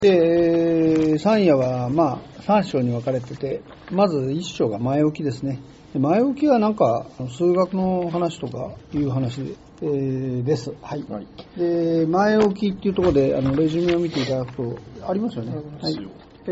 で、三夜は3章に分かれてて、まず1章が前置きですね。前置きはなんか数学の話とかいう話です。はい。で、前置きっていうところでレジュメを見ていただくとありますよね。はい。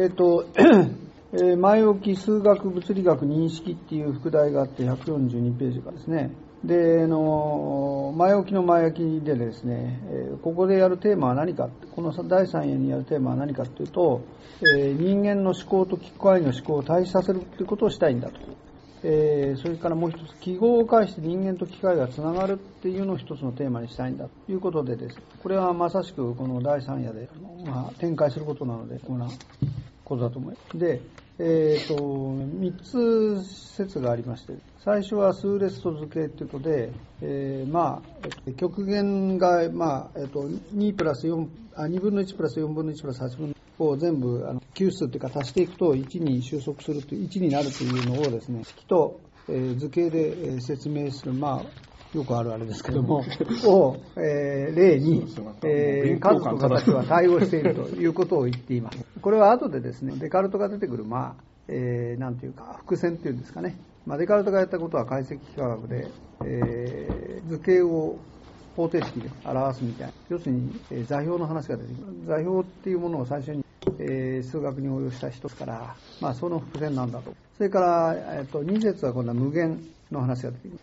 前置き数学物理学認識っていう副題があって142ページからですね。で、前置きの前置きでですね、ここでやるテーマは何か、この第3夜にやるテーマは何かというと、人間の思考と機械の思考を対比させるということをしたいんだと。それからもう一つ、記号を介して人間と機械がつながるっていうのを一つのテーマにしたいんだということでです。これはまさしくこの第3夜で、展開することなので、こんなことだと思います。で、3つ説がありまして、最初は数列と図形ということで、極限が、2プラス4、2分の1プラス4分の1プラス8分を全部級数というか足していくと1に収束するという、1になるというのをですね、式と、図形で説明する、よくあるあれですけども、を、例に、数と形は対応しているということを言っています。これは後でですね、デカルトが出てくる、なんていうか、伏線っていうんですかね。デカルトがやったことは解析幾何学で、図形を方程式で表すみたいな。要するに、座標の話が出てくる。座標っていうものを最初に、数学に応用した人ですから、その伏線なんだと。それから、2節は今度は無限の話が出てきます。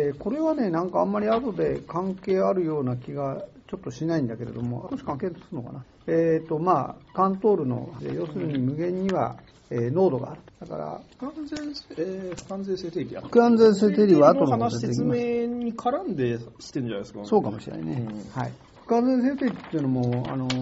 これはね、なんかあんまり後で関係あるような気がちょっとしないんだけれども、少し関係するのかな。カントールの、要するに無限には、濃度がある。だから、 不完全性定理。 不完全性定理は後の話説明に絡んでしてるんじゃないですか。 そうかもしれないね。はい。不完全性定理っていうのも、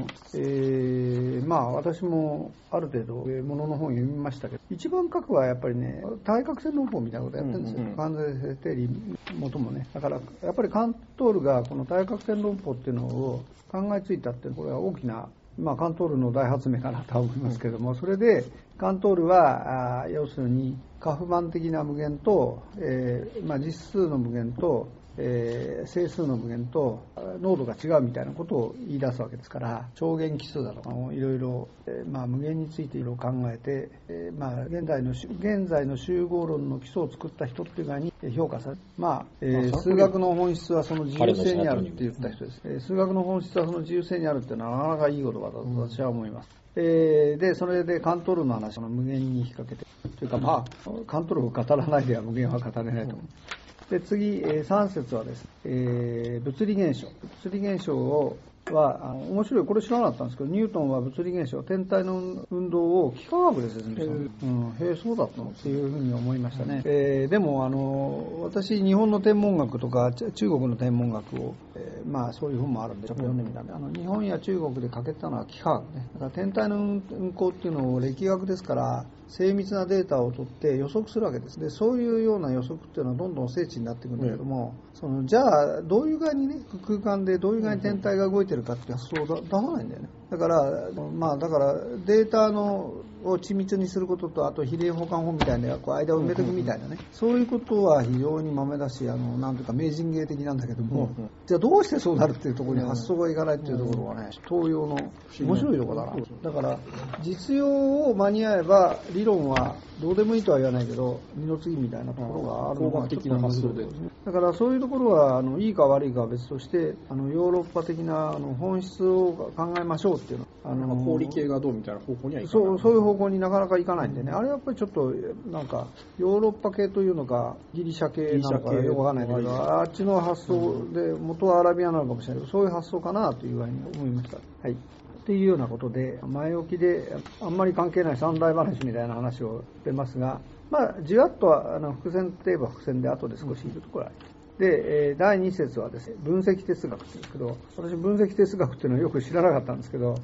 私もある程度、ものの本を読みましたけど、一番書くはやっぱりね、対角線論法みたいなことやってるんですよ。不完全性定理元もね。だから、やっぱりカントールがこの対角線論法っていうのを考えついたっていう、これは大きな、カントールの大発明かなと思いますけれども、それで、カントールは、要するに、カフマン的な無限と、実数の無限と、整数の無限と濃度が違うみたいなことを言い出すわけですから、超弦奇数だとかいろいろ、無限についていろいろ考えて、現在の集合論の基礎を作った人っていう側に評価され、数学の本質はその自由性にあるって言った人です。数学の本質はその自由性にあるっていうのはなかなかいい言葉だと私は思います。で、それでカントールの話の無限に引っ掛けて、というかカントールを語らないでは無限は語れないと思う。で、次、3節はですね、物理現象。物理現象は、面白い、これ知らなかったんですけど、ニュートンは物理現象、天体の運動を幾何学で説明した。そうだったのっていうふうに思いましたね。でも、私、日本の天文学とか、中国の天文学を、そういう本もあるんで、ちょっと読んでみたんで、日本や中国で欠けたのは幾何学ね。だから天体の運行っていうのを力学ですから、精密なデータを取って予測するわけです。で、そういうような予測っていうのはどんどん精緻になっていくんだけども、じゃあ、どういう具合にね、空間でどういう具合に天体が動いてるかっていう発想を出さないんだよね。だから、データを緻密にすることと、あと比例補完法みたいな、間を埋めていくみたいなね、そういうことは非常に豆だし、なんというか名人芸的なんだけども、じゃあどうしてそうなるっていうところに発想がいかないっていうところがね、東洋の面白いところだな。だから、実用を間に合えば、理論はどうでもいいとは言わないけど、二の次みたいなところがあるのが的な発想で。 だからそういうところはいいか悪いかは別として、ヨーロッパ的な本質を考えましょうっていうの。 法理系がどうみたいな方向にはいかない。 そういう方向になかなかいかないんでね。あれやっぱりちょっとなんかヨーロッパ系というのかギリシャ系なのかよくわかんないけど、あっちの発想で元はアラビアなのかもしれないけど、そういう発想かなというふうに思いました。はい。っていうようなことで、前置きであんまり関係ない三大話みたいな話を出ますが、じわっと伏線といえば伏線で後で少し言うところがあります。で、第2節はですね、分析哲学って言うんですけど、私分析哲学っていうのはよく知らなかったんですけど、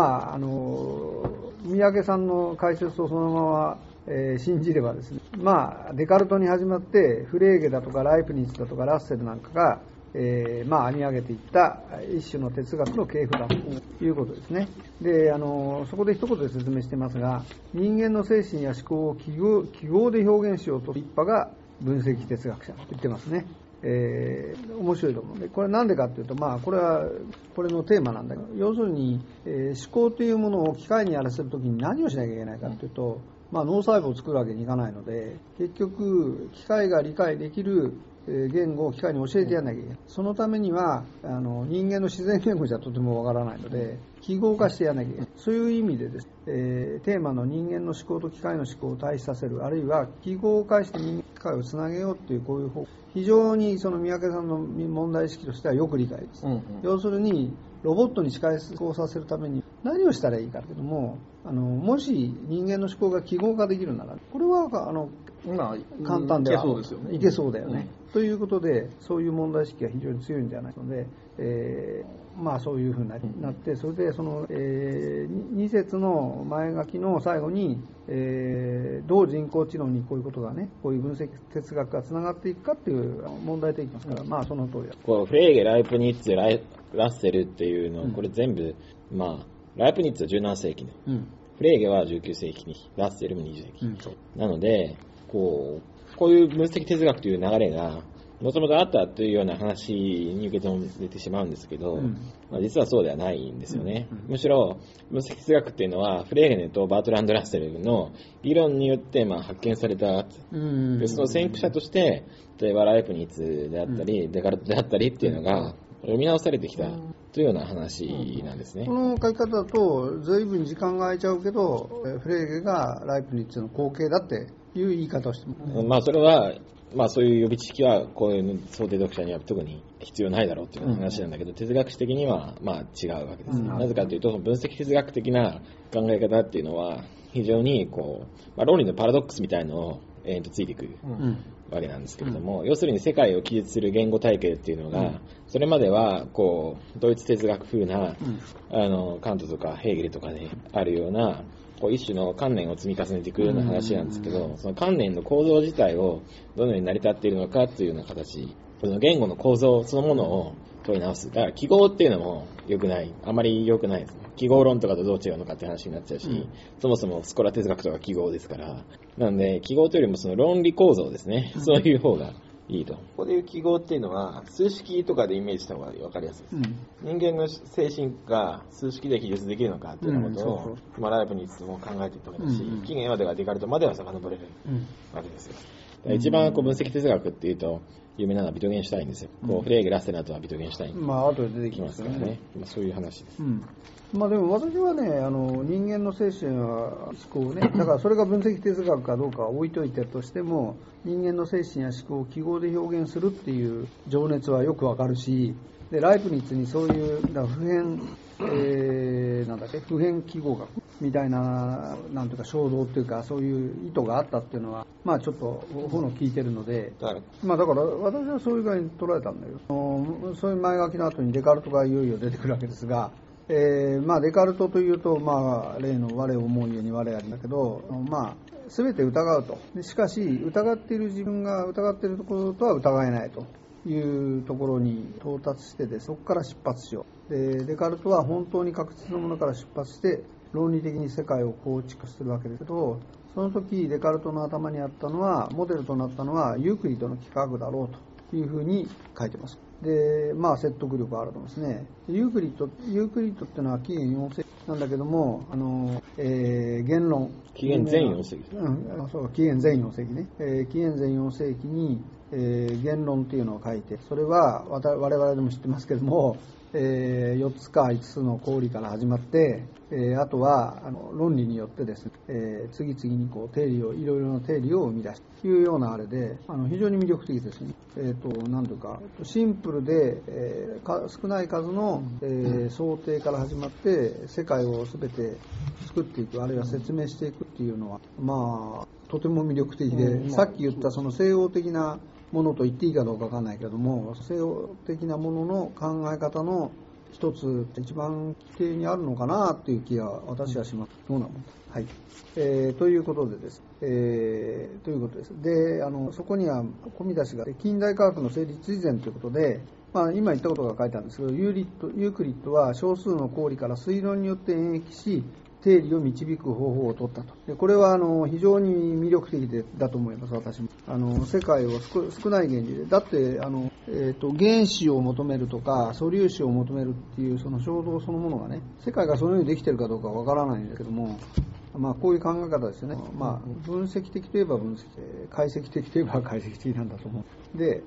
三宅さんの解説をそのまま、信じればですね、デカルトに始まって、フレーゲだとかライプニッツだとかラッセルなんかが、編み上げていった一種の哲学の系譜だということですね。で、そこで一言で説明してますが、人間の精神や思考を記号で表現しようとする一派が分析哲学者と言ってますね。 面白いと思う。でこれなんでかっていうと、これはこれのテーマなんだけど、要するに、思考というものを機械にやらせるときに何をしなきゃいけないかっていうと、脳細胞を作るわけにいかないので、結局機械が理解できる言語を機械に教えてやらなきゃいけない。そのためには人間の自然言語じゃとてもわからないので、記号化してやらなきゃいけない。そういう意味でです、テーマの人間の思考と機械の思考を対比させる、あるいは記号化して人間と機械をつなげようっていう、こういう方法、非常にその三宅さんの問題意識としてはよく理解です。要するにロボットに近い思考をさせるために何をしたらいいかけども、もし人間の思考が記号化できるなら、これは簡単では、いけそうだよね。ということで、そういう問題意識が非常に強いんじゃないので、そういうふうになって、それでその、2節の前書きの最後に、どう人工知能にこういうことがね、こういう分析哲学がつながっていくかっていう問題提起ますから、その通りだ。 こうフレーゲ、ライプニッツ、ラッセルっていうの、これ全部、ライプニッツは17世紀の、フレーゲは19世紀に、ラッセルも20世紀、なので、こういう分析哲学という流れがもともとあったというような話に受け止めてしまうんですけど、実はそうではないんですよね。むしろ分析哲学っていうのはフレーゲネとバートランド・ラッセルの理論によって発見された、でその先駆者として例えばライプニッツであったり、デカルトであったりっていうのが読み直されてきたというような話なんですね。 この書き方だと随分時間が空いちゃうけど、フレーゲがライプニッツの後継だっていう言い方をしてます。それはそういう予備知識はこういう想定読者には特に必要ないだろうっていう話なんだけど、哲学史的には違うわけです。なぜかというと、分析哲学的な考え方っていうのは非常に論理のパラドックスみたいのをついてくるわけなんですけれども、要するに世界を記述する言語体系っていうのが、それまではドイツ哲学風なカントとかヘーゲルとかであるような一種の観念を積み重ねていくような話なんですけど、その観念の構造自体をどのように成り立っているのかというような形、その言語の構造そのものを問い直す。だから記号っていうのも良くない、あまり良くないですね。記号論とかとどう違うのかって話になっちゃうし、そもそもスコラ哲学とか記号ですから、なんで記号というよりもその論理構造ですね、そういう方がいいと。ここでいう記号っていうのは数式とかでイメージした方が分かりやすいです。人間の精神が数式で記述できるのかっていうようなことを、ライプニッツも考えていったわけだし、起源まではデカルトまでは遡れるわけですよ。一番分析哲学っていうと有名なのはビトゲンシュタインですよ。フレーゲ、ラッセルなどはビトゲンシュタイン。 後で出てきますからね。 そういう話です。 でも私はね、人間の精神は思考ね、だからそれが分析哲学かどうかは置いといてとしても、人間の精神や思考を記号で表現するっていう情熱はよくわかるし、でライプニッツにそういう普遍、普遍記号学みたいな、なんていうか衝動っていうか、そういう意図があったっていうのは、ちょっと炎聞いてるので、だから私はそういう具合に捉えたんだけど、そういう前書きの後にデカルトがいよいよ出てくるわけですが、デカルトというと、例の我を思うように我ありだけど、全て疑うと。しかし疑っている自分が疑っているところとは疑えないというところに到達してそこから出発しよう。でデカルトは本当に確実なものから出発して論理的に世界を構築するわけですけど、その時デカルトの頭にあったのは、モデルとなったのはユークリッドの幾何学だろうというふうに書いてます。で説得力あると思うんですね。ユークリッドっていうのは紀元4世紀なんだけども、言論、 紀元前4世紀、 紀元前4世紀ね、紀元前4世紀に、言論っていうのを書いて、それは我々でも知ってますけども、4つか5つの公理から始まって、あとは論理によってですね、次々にいろいろな定理を生み出すというようなあれで、非常に魅力的ですね。なんというかシンプルで、少ない数の、想定から始まって世界を全て作っていく、あるいは説明していくっていうのはとても魅力的で、さっき言ったその西欧的なものと言っていいかどうかわからないけども、西洋的なものの考え方の一つ、一番規定にあるのかなという気が私はします。どうなもんだ。はい。ということでです。で、そこには込み出しが近代科学の成立以前ということで、今言ったことが書いてあるんですけど、ユークリッドは少数の公理から推論によって演繹し、 定理を導く方法を取ったと。でこれは非常に魅力的だと思います、私も。世界を少ない原理で。だって、原子を求めるとか、素粒子を求めるっていうその衝動そのものがね、世界がそのようにできているかどうかわからないんだけども、こういう考え方ですよね。分析的といえば分析的、解析的といえば解析的なんだと思う。で、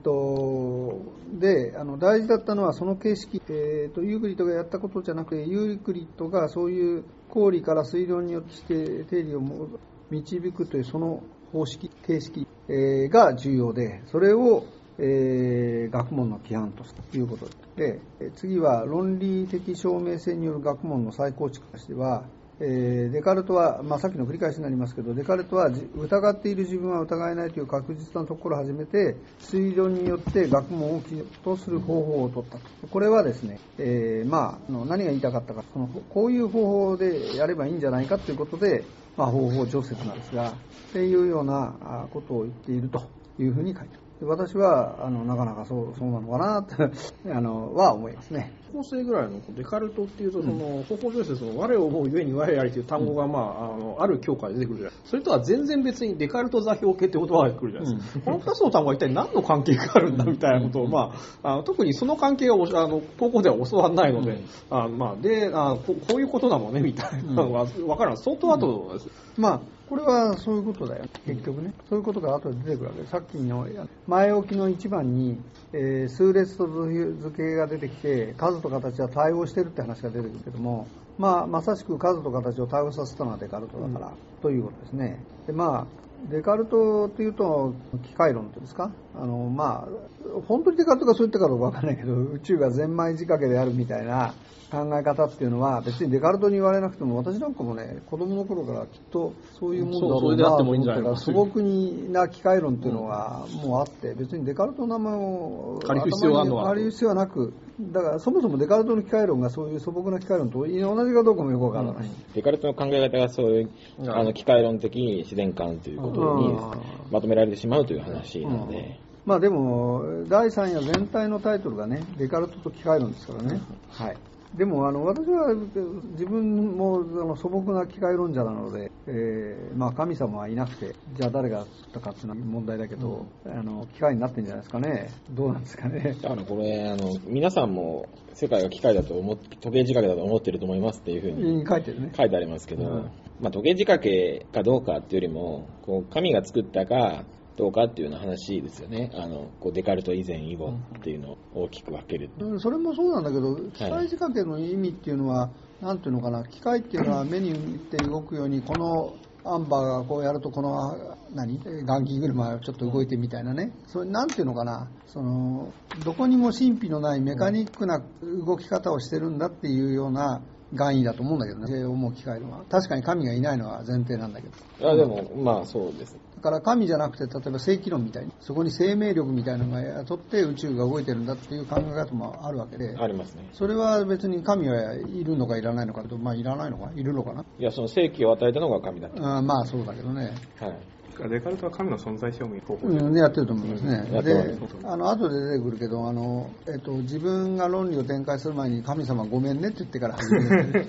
大事だったのはその形式、ユークリッドがやったことじゃなくて、ユークリッドがそういう公理から推論によって定理を導くというその方式、形式、が重要で、それを学問の規範ということで、次は論理的証明性による学問の再構築としては、デカルトは、さっきの繰り返しになりますけど、デカルトは疑っている自分は疑えないという確実なところを始めて、推論によって学問を基とする方法を取ったと。これはですね、何が言いたかったか、こういう方法でやればいいんじゃないかということで、方法除説なんですが、っていうようなことを言っているというふうに書いてある。私はなかなかそうなのかなとは思いますね。 高校生ぐらいのデカルトっていうと、その方法上説の我を思うゆえに我ありという単語が、ある教科で出てくるじゃないですか。それとは全然別にデカルト座標系って言葉が出てくるじゃないですか。この2つの単語は一体何の関係があるんだみたいなことを、特にその関係が高校では教わらないので、こういうことなのねみたいなのが分からない。相当後です。 これはそういうことだよ、結局ね。そういうことが後で出てくるわけで、さっきの前置きの1番に、数列と図形が出てきて、数と形は対応しているって話が出てくるけども、まさしく数と形を対応させたのはデカルトだから、ということですね。でデカルトというと機械論というんですか、本当にデカルトがそう言ったかどうかわからないけど、宇宙がゼンマイ仕掛けであるみたいな考え方っていうのは別にデカルトに言われなくても、私なんかもね、子供の頃からきっとそういうもんだろうなと思ってたから、素朴な機械論っていうのがもうあって、別にデカルトの名前を借りる必要はなく、だからそもそもデカルトの機械論がそういう素朴な機械論と同じかどうかもよくわからない。 デカルトの考え方がそういう機械論的自然観ということにまとめられてしまうという話なので、 でも第3夜全体のタイトルがね、デカルトと機械論ですからね。はい。でも私は自分も素朴な機械論者なので、神様はいなくて、じゃあ誰が作ったかっていうのは問題だけど、機械になってるんじゃないですかね。どうなんですかね。 だからこれ皆さんも世界が機械だと時計仕掛けだと思ってると思いますっていうふうに書いてありますけど、時計仕掛けかどうかっていうよりも神が作ったかどうかっていうような話ですよね。デカルト以前以後っていうのを大きく分ける。 それもそうなんだけど、機械仕掛けの意味っていうのは、なんていうのかな、機械っていうのは目に見て動くように、このアンバーがこうやるとこの雁木車がちょっと動いてみたいなね、それなんていうのかな、どこにも神秘のないメカニックな動き方をしてるんだっていうような願意だと思うんだけどね、思う機械のは。確かに神がいないのは前提なんだけど。 でもそうです。 だから神じゃなくて、例えば正規論みたいに、そこに生命力みたいなのが雇って宇宙が動いてるんだっていう考え方もあるわけで。 ありますね。 それは別に神はいるのかいらないのかと、いらないのかいるのかな。 いや、その正規を与えたのが神だった。 そうだけどね。 はい。 デカルトは神の存在証明方法やってると思いますね。で、後で出てくるけど、自分が論理を展開する前に神様ごめんねって言ってから始める。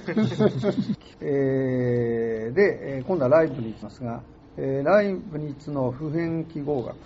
で、今度はライブに行きますが、ライブニッツの普遍記号学。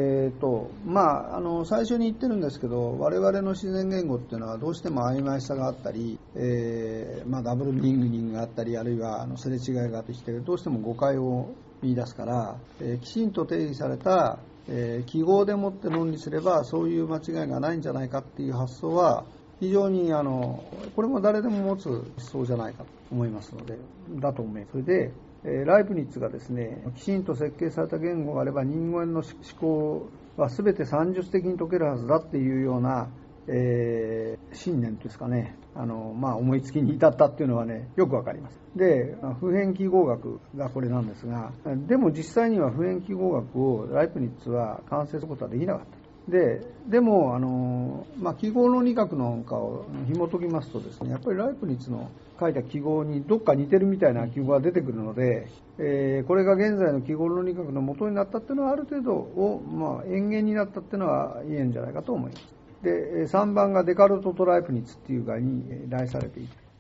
最初に言ってるんですけど、我々の自然言語っていうのはどうしても曖昧さがあったり、ダブルミーニングがあったり、あるいはすれ違いがあってきて、どうしても誤解を見出すから、きちんと定義された、記号でもって論理すればそういう間違いがないんじゃないかっていう発想は非常にこれも誰でも持つ思想じゃないかと思いますので、だと思います。それでライプニッツがですね、きちんと設計された言語があれば人間の思考は全て算術的に解けるはずだっていうような、信念ですかね、思いつきに至ったっていうのはね、よくわかります。で、普遍記号学がこれなんですが、でも実際には普遍記号学をライプニッツは完成することはできなかった。でも記号論理学なんかを紐解きますとですね、やっぱりライプニッツの書いた記号にどっか似てるみたいな記号が出てくるので、これが現在の記号論理学の元になったっていうのはある程度延々になったっていうのは言えるんじゃないかと思います。で、3番がデカルトとライプニッツっていう概に題されていて、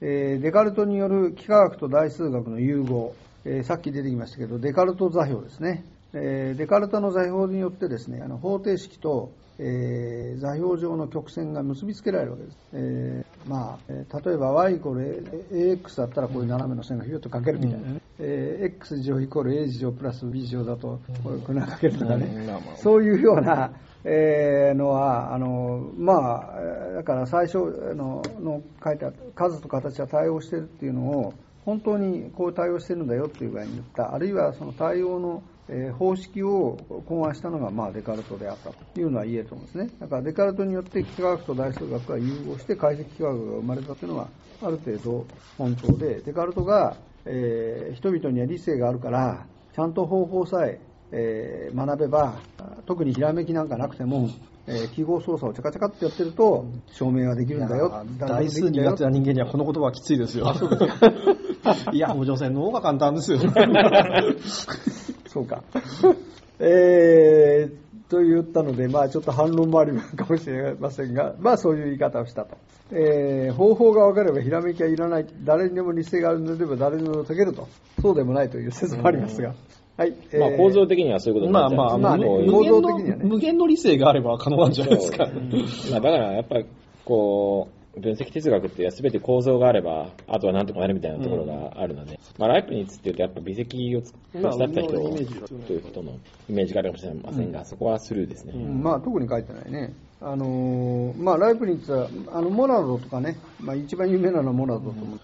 デカルトによる幾何学と代数学の融合、さっき出てきましたけど、デカルト座標ですね。デカルトの座標によってですね、方程式と、座標上の曲線が結びつけられるわけです。例えば y イコール ax だったらこういう斜めの線がヒュッとかけるみたいなね、x 乗イコール a 乗プラス b 乗だとこういうふうなかけるとかね、そういうような、のはだから最初の書いてあった数と形は対応しているっていうのを本当にこう対応してるんだよっていう具合に言った、あるいはその対応の方式を考案したのがデカルトであったというのは言えると思うんですね。だからデカルトによって幾何学と代数学が融合して解析幾何学が生まれたというのはある程度本当で、デカルトが、人々には理性があるからちゃんと方法さえ学べば、特にひらめきなんかなくても、記号操作をチャカチャカってやってると証明ができるんだよ。 代数苦手な人間にはこの言葉はきついですよ。いや、補助線の方が簡単ですよ。 そうか。と言ったので、ちょっと反論もあるかもしれませんが、そういう言い方をしたと。方法が分かればひらめきはいらない。誰にでも理性があるのであれば誰にでも解けると。そうでもないという説もありますが。はい。 構造的にはそういうことになっちゃうんです構造的にはね。 無限の理性があれば可能なんじゃないですか。 だからやっぱり分析哲学って全て構造があればあとはなんとかなるみたいなところがあるので、ライプニッツっていうとやっぱ微積を使った人ということのイメージがあるかもしれませんが、そこはスルーですね。 特に書いてないね。ライプニッツはモナドとかね、一番有名なのはモナドと思って、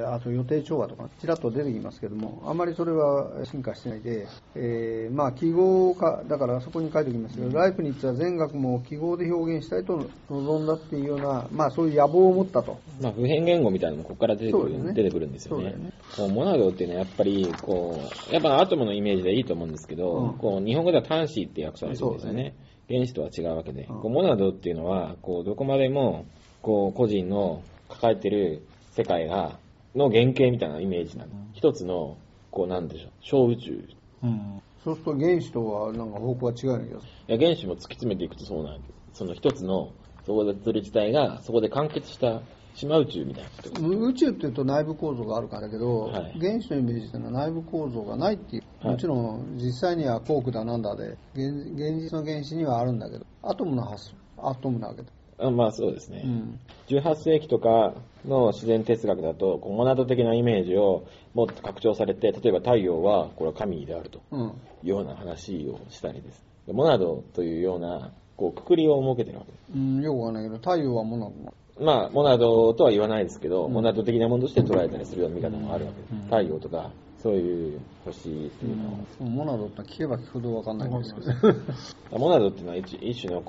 あと予定調和とかちらっと出てきますけども、あまりそれは進化してないで、記号化だからそこに書いておきますけど、ライプニッツは全学も記号で表現したいと望んだっていうような、そういう野望を持ったと。 普遍言語みたいなのもここから出てくるんですよね。モナドっていうのはやっぱりやっぱアトムのイメージでいいと思うんですけど、日本語では端子って訳されてるんですよね。原子とは違うわけで、モナドっていうのはどこまでも個人の抱えてる世界の原型みたいなイメージなの。一つのなんでしょう、小宇宙。 そうすると原子とはなんか方向が違うような気がする。 いや、原子も突き詰めていくとそうなんです。その一つのそこでする自体がそこで完結した島宇宙みたいな。 宇宙っていうと内部構造があるからだけど、原子のイメージというのは内部構造がないっていう、もちろん実際にはコークだなんだで現実の原子にはあるんだけど、アトムの発想、アトムなわけだ。 そうですね。18世紀とかの自然哲学だとモナド的なイメージをもっと拡張されて、例えば太陽はこれは神であるというような話をしたりです。モナドというようなくくりを設けてるわけです。 よくわかんないけど、太陽はモナド。 モナドとは言わないですけど、モナド的なものとして捉えたりするような見方もあるわけです。太陽とかそういう星っていうのを、 モナドって聞けば聞くほどわかんないんですけど、 モナドっていうのは一種の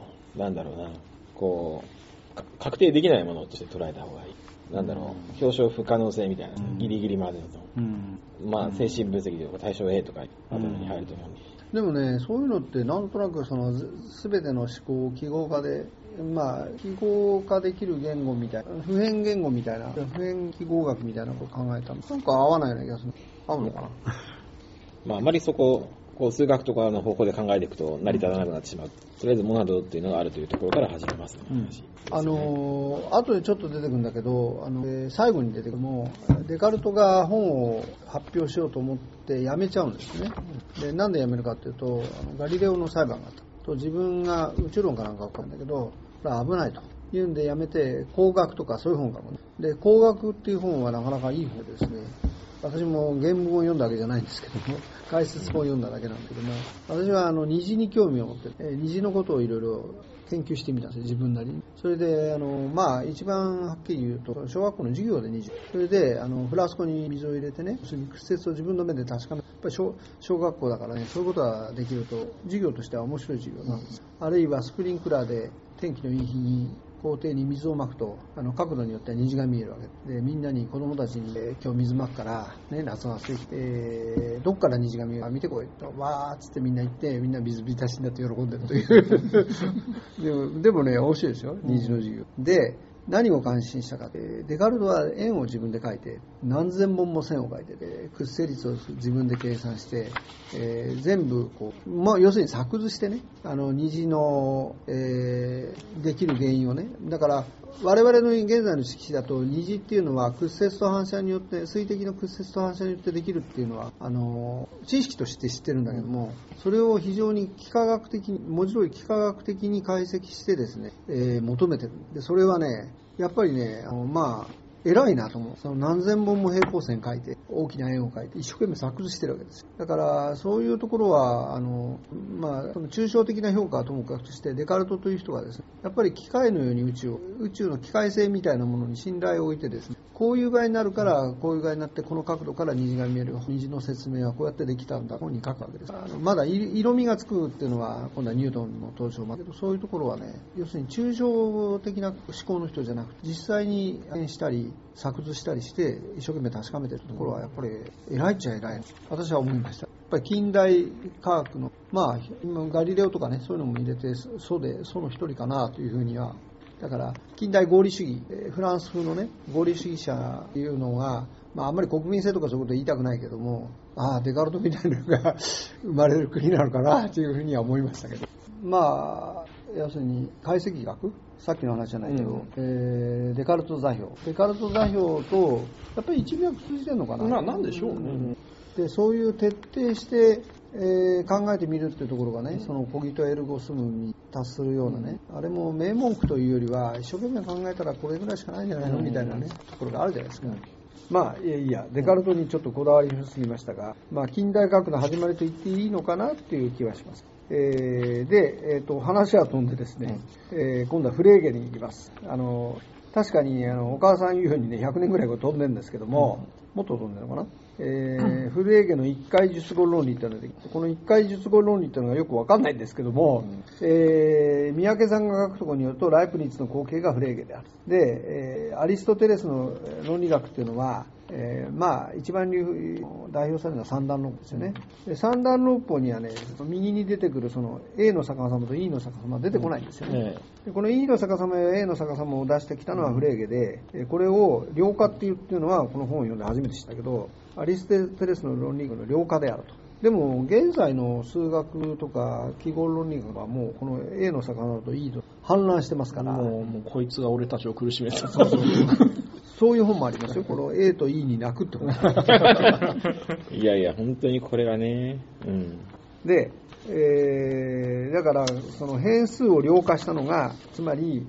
確定できないものとして捉えた方がいい。表彰不可能性みたいな、ギリギリまでの、精神分析で対象 A とかあたりに入ると思うんです。 でもね、そういうのってなんとなく全ての思考を記号化で、記号化できる言語みたいな、普遍言語みたいな、普遍記号学みたいなことを考えたのなんか合わないような気がする。合うのかな。 あまりそこ数学とかの方向で考えていくと成り立たなくなってしまう。とりあえずモナドっていうのがあるというところから始めますね。 後でちょっと出てくるんだけど、最後に出てくるもデカルトが本を発表しようと思ってやめちゃうんですね。で、なんでやめるかっていうと、ガリレオの裁判があったと、自分が宇宙論かなんか分かるんだけど、これは危ないというんでやめて、工学とかそういう本からもね。で、工学っていう本はなかなかいい本ですね。私も原文を読んだわけじゃないんですけども、解説本を読んだだけなんだけども、私は虹に興味を持って、虹のことをいろいろ研究してみたんですよ、自分なりに。それで一番はっきり言うと、小学校の授業で虹、それでフラスコに水を入れてね、屈折を自分の目で確かめ、やっぱり小学校だからね、そういうことができると授業としては面白い授業なんです。あるいはスプリンクラーで天気のいい日に校庭に水をまくと角度によっては虹が見えるわけで、みんなに子供たちに、今日水まくから、ね、夏が過ぎて、どっから虹が見えるか見てこいとわーっつってみんな言って、みんな水浸しになって喜んでるというでもね面白いですよ、虹の授業で。 何を感心したか。デカルトは円を自分で書いて、何千本も線を書いて、屈折率を自分で計算して、全部こう、要するに作図してね、虹の、できる原因をね。だから我々の現在の知識だと、虹っていうのは屈折と反射によって、水滴の屈折と反射によってできるっていうのは知識として知ってるんだけども、それを非常に文字通り幾何学的に解析してですね、求めてる。でそれはね、やっぱりね、偉いなと思う。その何千本も平行線書いて、大きな円を書いて、一生懸命作図してるわけです。だから、そういうところは、その抽象的な評価はともかくとして、デカルトという人がですね、やっぱり機械のように宇宙の機械性みたいなものに信頼を置いてですね、こういう具合になるから、こういう具合になって、この角度から虹が見える。虹の説明はこうやってできたんだ。本に書くわけです。まだ色味がつくっていうのは、今度はニュートンの登場まで。そういうところはね、要するに抽象的な思考の人じゃなくて、実際にしたり、作図したりして一生懸命確かめてるところはやっぱり偉いっちゃ偉い。私は思いました。やっぱり近代科学の今ガリレオとかね、そういうのも入れてその一人かなというふうには。だから近代合理主義、フランス風のね合理主義者っていうのがあんまり国民性とかそういうこと言いたくないけども、デカルトみたいなのが生まれる国なのかなというふうには思いましたけど、要するに解析学、さっきの話じゃないけど、デカルト座標とやっぱり一脈通じてるのかな。 なんでしょうね。 でそういう徹底して、考えてみるっていうところがね、そのコギトエルゴスムに達するようなね、あれも名文句というよりは一生懸命考えたらこれぐらいしかないんじゃないのみたいなねところがあるじゃないですか。デカルトにちょっとこだわりすぎましたが、近代科学の始まりと言っていいのかなっていう気はします。話は飛んでですね、今度はフレーゲに行きます。確かにお母さん言うようにね、100年ぐらい飛んでるんですけども、もっと飛んでるのかな。フレーゲの一回述語論理というのができて、この一回述語論理というのがよくわかんないんですけども、三宅さんが書くところによるとライプニッツの後継がフレーゲである。で、アリストテレスの論理学というのは、一番代表されるのは三段論法ですよね。で三段論法にはね、右に出てくるその A の逆さまと E の逆さまは出てこないんですよね。でこの E の逆さまや A の逆さまを出してきたのはフレーゲで、これを量化っていうのはこの本を読んで初めて知ったけど、アリストテレスの論理学の量化であると。でも現在の数学とか記号論理学はもうこの A の逆さまと E と氾濫してますから、 もうこいつが俺たちを苦しめた。 そういう本もありますよ。この A と E に泣くってこといや本当にこれがね、 で、だからその変数を量化したのが、つまり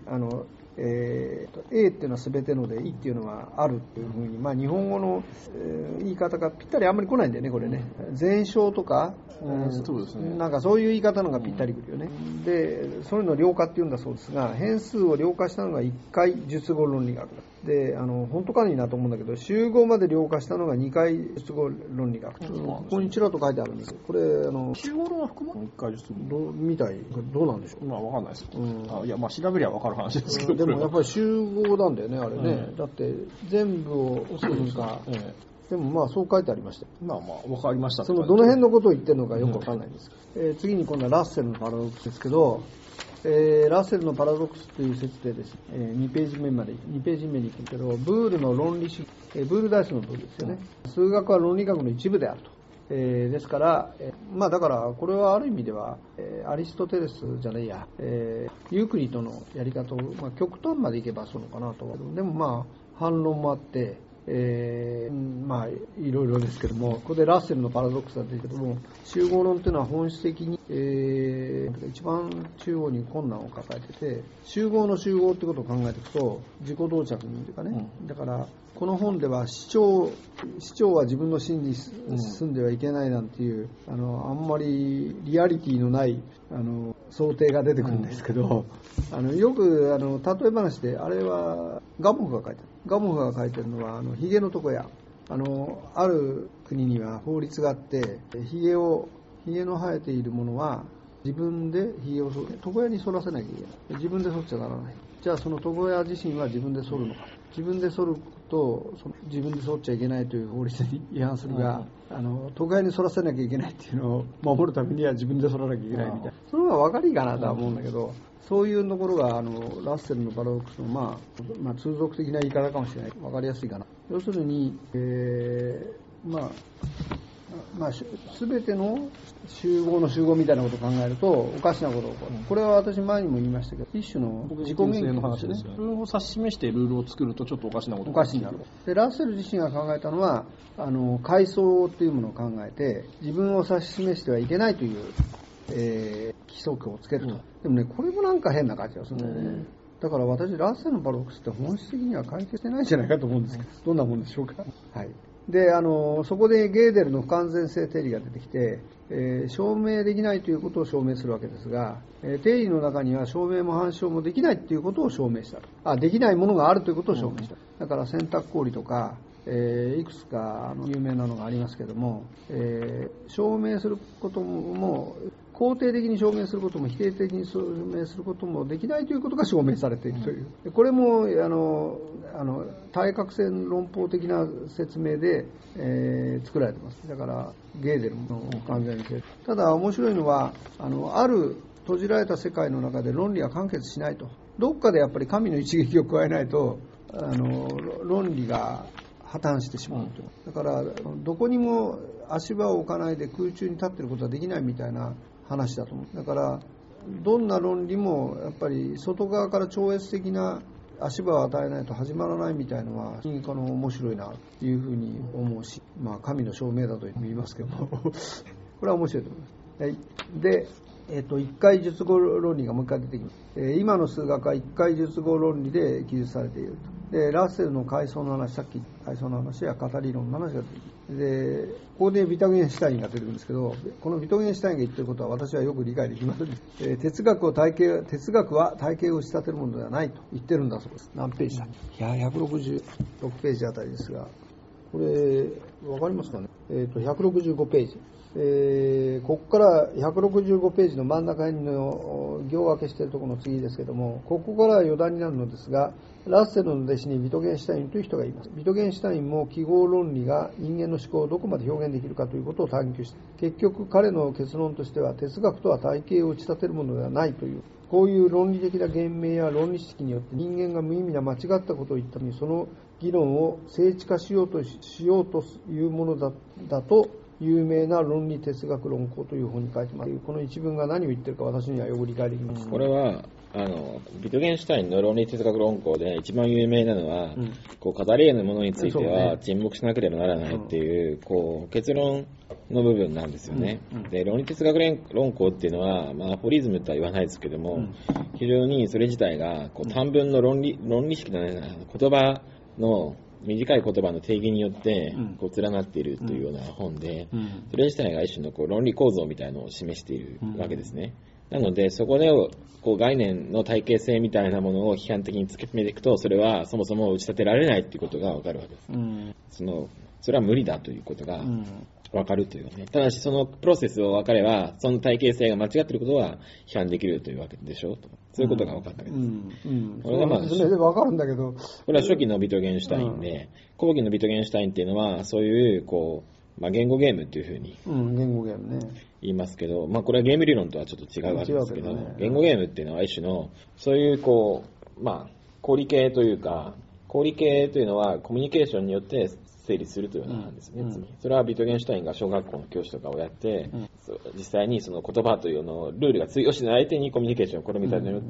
A っていうのは全てので E っていうのはあるっていうふうに、日本語の、言い方がぴったりあんまり来ないんだよね、これね。全小とか、 そうですね、 なんかそういう言い方のがぴったりくるよね。で、そういうのを量化っていうんだそうですが、変数を量化したのが1回述語論理学だ。で、本当かいいなと思うんだけど、集合まで量化したのが2回述語論理学。ここにちらっと書いてあるんですよ。これ、 集合論は含ま1回述語みたい。どうなんでしょう。 わかんないです。調べりゃわかる話ですけど。 でもやっぱり集合なんだよね、あれね。だって全部をするか。でもそう書いてありました。 わかりました。 そのどの辺のことを言ってるのかよくわかんないんですけど、次に今度はラッセルのパラドックスですけど、ラッセルのパラドックスという説でですね、2ページ目に行くけど、ブールの論理主義、ブールダイスのブールですよね。数学は論理学の一部であると。ですから、だからこれはある意味では、アリストテレスじゃないや、ユークリッドのやり方を、極端までいけばそうのかなと。でも反論もあって、いろいろですけども、ここでラッセルのパラドックスが出てるけども、集合論というのは本質的に、一番中央に困難を抱えてて、集合の集合ってことを考えていくと自己同着というかね、だからこの本では市長は自分の真に住んではいけないなんていう、あんまりリアリティのない想定が出てくるんですけど、よく例え話で、あれはガモフが書いてるのはヒゲのとこや、ある国には法律があって、ヒゲの生えているものは自分でヒゲを床屋に剃らせなきゃいけない。自分で剃っちゃならない。じゃあその床屋自身は自分で剃るのか。自分で剃ると自分で剃っちゃいけないという法律に違反するが、都会に剃らせなきゃいけないっていうのを守るためには自分で剃らなきゃいけないみたいな、それは分かりいいかなとは思うんだけど、そういうところがラッセルのパラドックスの、通俗的な言い方かもしれない。分かりやすいかな。要するに、全ての集合の集合みたいなことを考えるとおかしなことが起こる。これは私前にも言いましたけど、一種の自己言及の話ですね。 それを指し示してルールを作るとちょっとおかしなことが起きる。おかしいなる。でラッセル自身が考えたのは階層というものを考えて、自分を指し示してはいけないという、規則をつけると。でもね、これもなんか変な感じがするんだよね。だから私ラッセルのパラドックスって本質的には解決してないんじゃないかと思うんですけど、どんなもんでしょうか。はい。でそこでゲーデルの不完全性定理が出てきて、証明できないということを証明するわけですが、定理の中には証明も反証もできないということを証明したと。できないものがあるということを証明した。だから選択公理とか、いくつか有名なのがありますけども、証明することも肯定的に証明することも否定的に証明することもできないということが証明されているという、これも対角線論法的な説明で、作られています。だからゲーデルの完全性。ただ面白いのはある閉じられた世界の中で論理は完結しないと。どっかでやっぱり神の一撃を加えないと論理が破綻してしまうと。だからどこにも足場を置かないで空中に立っていることはできないみたいな話だと思う。だからどんな論理もやっぱり外側から超越的な足場を与えないと始まらないみたいのは面白いなというふうに思うし、神の証明だと言いますけどもこれは面白いと思います。はい。で一回述語論理がもう一回出てきます。今の数学は一回述語論理で記述されていると。でラッセルの階層の話、さっき階層の話や語り論の話が出てきます。でここでビトゲンシュタインが出てくるんですけど、このビトゲンシュタインが言っていることは私はよく理解できません。哲学は体系を仕立てるものではないと言ってるんだそうです。何ページだ。166ページあたりですが、これ分かりますかね。165ページ。ここから165ページの真ん中辺の行分けしているところの次ですけども、ここから余談になるのですが、ラッセルの弟子にビトゲンシュタインという人がいます。ビトゲンシュタインも記号論理が人間の思考をどこまで表現できるかということを探求して、結局彼の結論としては哲学とは体系を打ち立てるものではないという、こういう論理的な言明や論理指摘によって人間が無意味な間違ったことを言ったのに、その議論を精緻化しようというものだと有名な論理哲学論考という本に書いてます。この一文が何を言ってるか私にはよく理解できます。 これはビトゲンシュタインの論理哲学論考で一番有名なのは、語り得ぬものについては沈黙しなければならないっていう、結論の部分なんですよね。で論理哲学論考っていうのは、アフォリズムとは言わないですけども、非常にそれ自体が短文の論理式の言葉の短い言葉の定義によって連なっているというような本で、それ自体が一種の論理構造みたいなのを示しているわけですね。なのでそこで概念の体系性みたいなものを批判的に突き詰めていくと、それはそもそも打ち立てられないということがわかるわけです。それは無理だということがわかるというね。ただしそのプロセスを分かれば、その体系性が間違っていることは批判できるというわけでしょうと。そういうことが分かったわけです。 これが分かるんだけど、 これは初期のビトゲンシュタインで、後期のビトゲンシュタインっていうのはそういう言語ゲームっていうふうに言いますけど、これはゲーム理論とはちょっと違うわけですけど、言語ゲームっていうのは一種のそういう公理系というか、公理系というのはコミュニケーションによって成立するというようなんですね。それはビトゲンシュタインが小学校の教師とかをやって、実際にその言葉というのをルールが通用しない相手にコミュニケーションを試みたのによって、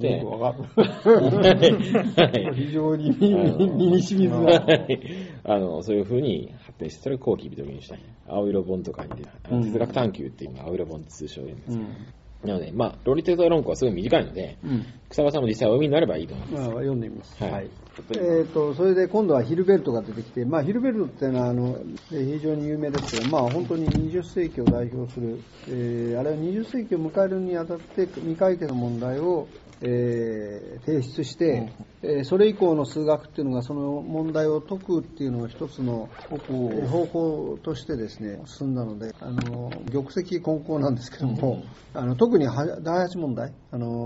非常に身に染みずなそういう風に発展して、それが後期ビトゲンシュタイン、青色本とかに出た哲学探求っていうのが青色本って通称で言うんですけど、なので、論理哲学論考はすごい短いので、草場さんも実際お読みになればいいと思います。 読んでみます。それで今度はヒルベルトが出てきて、ヒルベルトっていうのは非常に有名ですけど、本当に20世紀を代表する、あれは20世紀を迎えるにあたって未解決の問題を提出して、それ以降の数学っていうのがその問題を解くっていうのが一つの方法としてですね進んだので、玉石混交なんですけども、特に第8問題、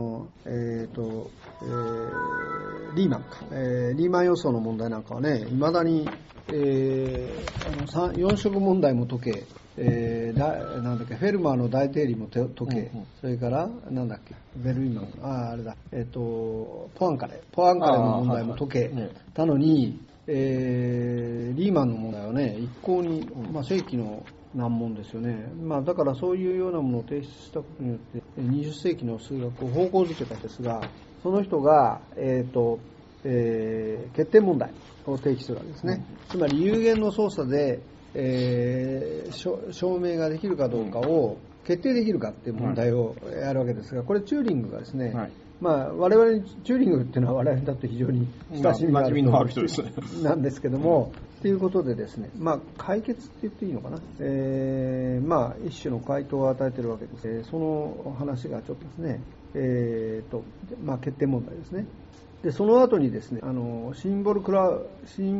リーマンか、リーマン予想の問題なんかはね、未だに、4色問題も解け、なんだっけ、フェルマーの大定理も解け、それからなんだっけ、ベルリマン、あれだ、ポアンカレの問題も解けたのに、リーマンの問題はね、一向に、世紀の難問ですよね。だからそういうようなものを提出したことによって20世紀の数学を方向づけたんですが、その人が、決定問題を提起するわけですね。つまり有限の操作で、証明ができるかどうかを決定できるかっていう問題をやるわけですが、これチューリングがですね、我々にチューリングっていうのは我々にとって非常に親しみがある人なんですけども、ということでですね、解決って言っていいのかな、一種の回答を与えているわけです。その話がちょっとですね、決定問題ですね。でその後にですね、シンボルグラウ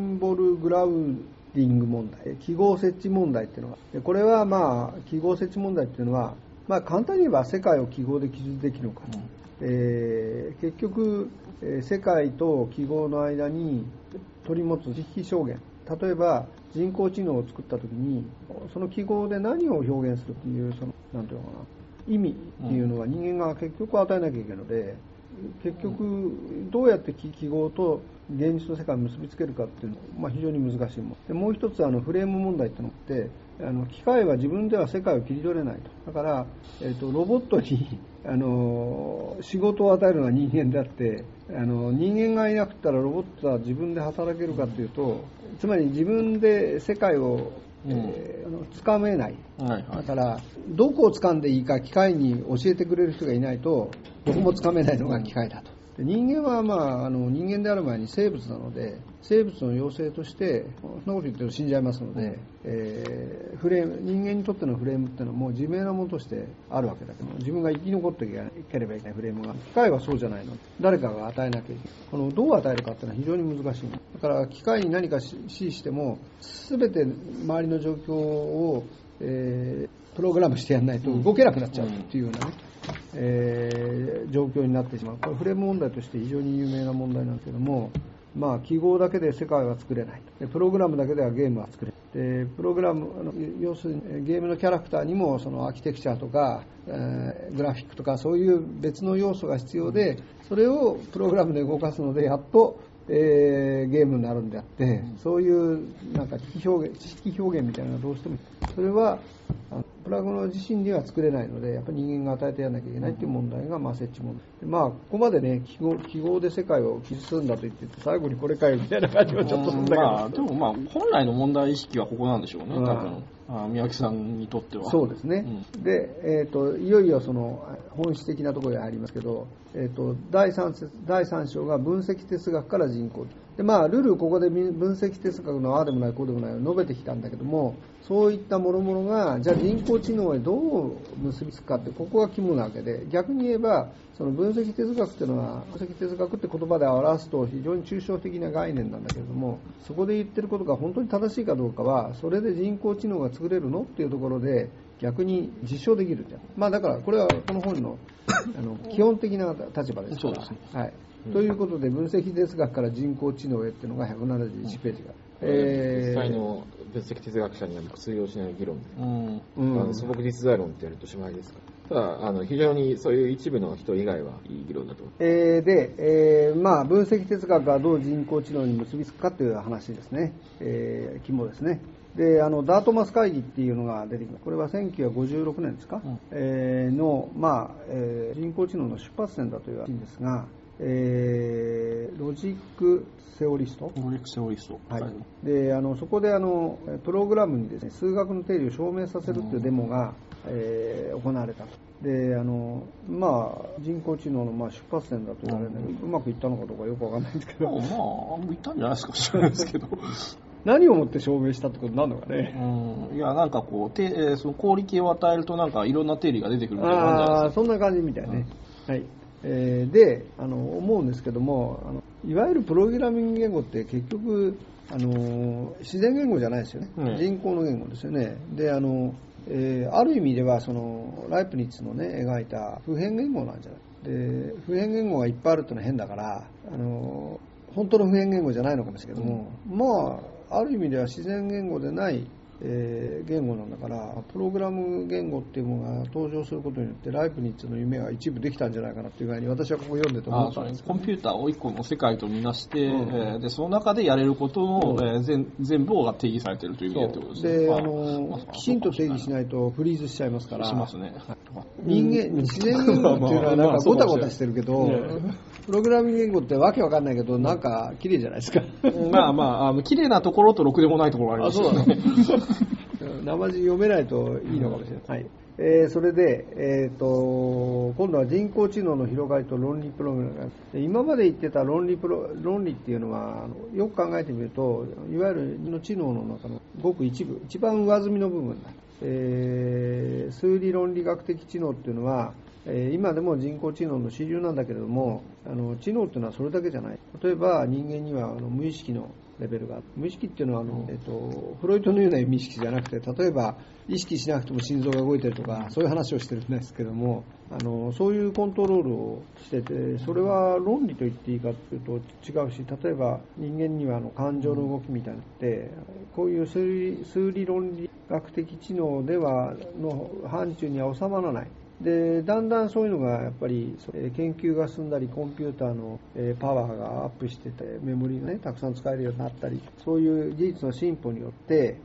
ディング問題、記号設置問題っていうのが、これは記号設置問題っていうのは、簡単に言えば世界を記号で記述できるのかと。結局世界と記号の間に取り持つ実費証言、例えば人工知能を作った時にその記号で何を表現するっていうなんていうのかな、意味っていうのは人間が結局与えなきゃいけないので、結局どうやって記号と現実の世界を結びつけるかっていうのは非常に難しいもので、もう一つフレーム問題っていうのがあって、機械は自分では世界を切り取れないと。だから、ロボットに仕事を与えるのは人間であって、人間がいなくったらロボットは自分で働けるかというと、つまり自分で世界を掴めない。だからどこを掴んでいいか機械に教えてくれる人がいないとどこも掴めないのが機械だと。で人間は人間である前に生物なので、生物の要請としてそんなこと言ってると死んじゃいますので、フレーム、人間にとってのフレームっていうのはもう自明なものとしてあるわけだけど、自分が生き残っていければいけないフレームが、機械はそうじゃないので誰かが与えなきゃいけない。このどう与えるかっていうのは非常に難しい。だから機械に何か指示しても全て周りの状況を、プログラムしてやらないと動けなくなっちゃうっていうようなね、状況になってしまう。これフレーム問題として非常に有名な問題なんですけども、記号だけで世界は作れない。プログラムだけではゲームは作れない。プログラム、要するにゲームのキャラクターにもそのアーキテクチャとか、グラフィックとかそういう別の要素が必要で、それをプログラムで動かすのでやっとゲームになるんであって、そういう知識表現みたいなのはどうしてもそれはプラグの自身には作れないので、やっぱり人間が与えてやらなきゃいけないっていう問題が設置問題。ここまでね、記号で世界を記述するんだと言って最後にこれかよみたいな感じはちょっとするんだけど、 でも本来の問題意識はここなんでしょうね、多分。宮脇さんにとっては。 そうですね。で、いよいよその本質的なところでありますけど、第3章が分析哲学から人工知能。でルールここで分析哲学のああでもないこうでもないを述べてきたんだけども、そういった諸々がじゃあ人工知能へどう結びつくかって、ここが肝なわけで、逆に言えばその分析哲学っていうのは、分析哲学って言葉で表すと非常に抽象的な概念なんだけれども、そこで言ってることが本当に正しいかどうかは、それで人工知能が作れるのっていうところで逆に実証できるじゃん。だからこれはこの本の基本的な立場ですから。そうですね。はい。ということで分析哲学から人工知能へっていうのが171ページが。 実際の分析哲学者には通用しない議論で、素朴実在論ってやるとしまいですから。ただ非常にそういう一部の人以外はいい議論だと思います。 分析哲学がどう人工知能に結びつくかという話ですね。肝ですね。でダートマス会議っていうのが出てきます。これは1956年ですか、の、人工知能の出発点だと言われるんですが、ロジックセオリスト、はい、でそこでプログラムにですね、数学の定理を証明させるというデモが、行われたと。で人工知能の出発点だと言われるんだけど、うまくいったのかどうかよくわかんないんですけど、 いったんじゃないですか、知らないですけど何をもって証明したってことになるのかね。 いやその氷系を与えるといろんな定理が出てくるみたいな感じじゃないですか。 そんな感じみたいね。はい。 で思うんですけども、いわゆるプログラミング言語って結局自然言語じゃないですよね、人工の言語ですよね。である意味ではライプニッツのね描いた普遍言語なんじゃない。で普遍言語がいっぱいあるってのは変だから本当の普遍言語じゃないのかもしれないけども、まあある意味では自然言語でない言語なんだから、プログラム言語っていうものが登場することによってライプニッツの夢が一部できたんじゃないかなっていう具合に私はここ読んでて思ったんです、ね、 コンピューターを一個の世界とみなして、でその中でやれることの、全部が定義されているという意味でってことですね。 できちんと定義しないとフリーズしちゃいますから。 しますね。 自然言語っていうのはなんかゴタゴタしてるけど、プログラミング言語ってわけわかんないけどなんか綺麗じゃないですか。 綺麗なところとろくでもないところがありますよね。 生地読めないといいのかもしれない。はい。それで、今度は人工知能の広がりと論理プログラム。今まで言ってた論理っていうのはよく考えてみると、いわゆる知能の中のごく一部、一番上積みの部分だ。数理論理学的知能っていうのは今でも人工知能の主流なんだけれども、知能っていうのはそれだけじゃない。例えば人間には無意識のレベルがある。無意識っていうのはフロイトのような無意識じゃなくて、例えば意識しなくても心臓が動いてるとかそういう話をしてるんですけども、そういうコントロールをしてて、それは論理と言っていいかというと違うし、例えば人間には感情の動きみたいなのってこういう数理論理学的知能ではの範疇には収まらない。でだんだんそういうのがやっぱり研究が進んだり、コンピューターのパワーがアップしててメモリがねたくさん使えるようになったり、そういう技術の進歩によって